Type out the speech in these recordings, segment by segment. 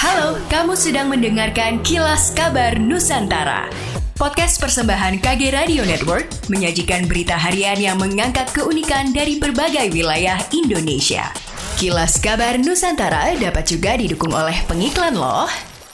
Halo, kamu sedang mendengarkan Kilas Kabar Nusantara. Podcast persembahan KG Radio Network menyajikan berita harian yang mengangkat keunikan dari berbagai wilayah Indonesia. Kilas Kabar Nusantara dapat juga didukung oleh pengiklan loh.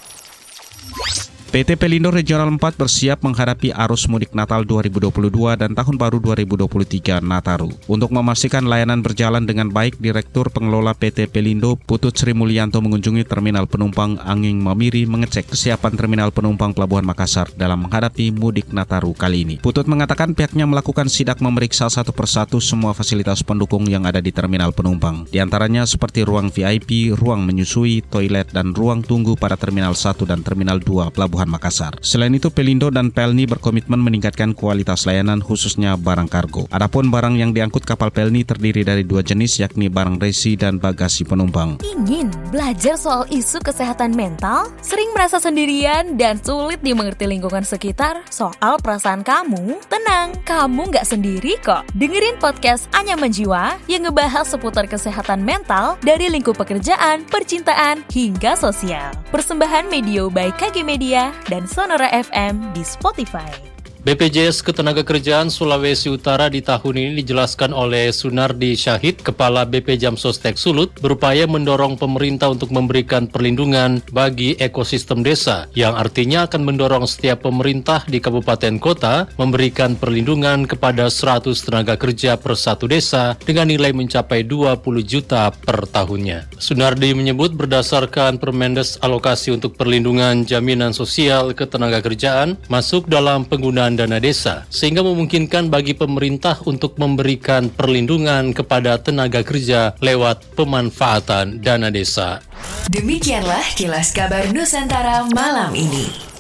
PT Pelindo Regional 4 bersiap menghadapi arus mudik Natal 2022 dan Tahun Baru 2023 Nataru. Untuk memastikan layanan berjalan dengan baik, Direktur Pengelola PT Pelindo Putut Sri Mulyanto mengunjungi Terminal Penumpang Anging Mamiri mengecek kesiapan Terminal Penumpang Pelabuhan Makassar dalam menghadapi mudik Nataru kali ini. Putut mengatakan pihaknya melakukan sidak memeriksa satu persatu semua fasilitas pendukung yang ada di Terminal Penumpang. Di antaranya seperti ruang VIP, ruang menyusui, toilet, dan ruang tunggu pada Terminal 1 dan Terminal 2 Pelabuhan Makassar. Selain itu, Pelindo dan Pelni berkomitmen meningkatkan kualitas layanan khususnya barang kargo. Adapun barang yang diangkut kapal Pelni terdiri dari dua jenis, yakni barang resi dan bagasi penumpang. Ingin belajar soal isu kesehatan mental? Sering merasa sendirian dan sulit dimengerti lingkungan sekitar soal perasaan kamu? Tenang, kamu nggak sendiri kok. Dengerin podcast Anyaman Jiwa yang ngebahas seputar kesehatan mental dari lingkup pekerjaan, percintaan, hingga sosial. Persembahan Medio by KG Media dan Sonora FM di Spotify. BPJS Ketenagakerjaan Sulawesi Utara di tahun ini dijelaskan oleh Sunardi Syahid, Kepala BP Jamsostek Sulut, berupaya mendorong pemerintah untuk memberikan perlindungan bagi ekosistem desa, yang artinya akan mendorong setiap pemerintah di kabupaten kota memberikan perlindungan kepada 100 tenaga kerja per satu desa dengan nilai mencapai 20 juta per tahunnya. Sunardi menyebut berdasarkan Permendes alokasi untuk perlindungan jaminan sosial ketenagakerjaan masuk dalam penggunaan dana desa, sehingga memungkinkan bagi pemerintah untuk memberikan perlindungan kepada tenaga kerja lewat pemanfaatan dana desa. Demikianlah Kilas Kabar Nusantara malam ini.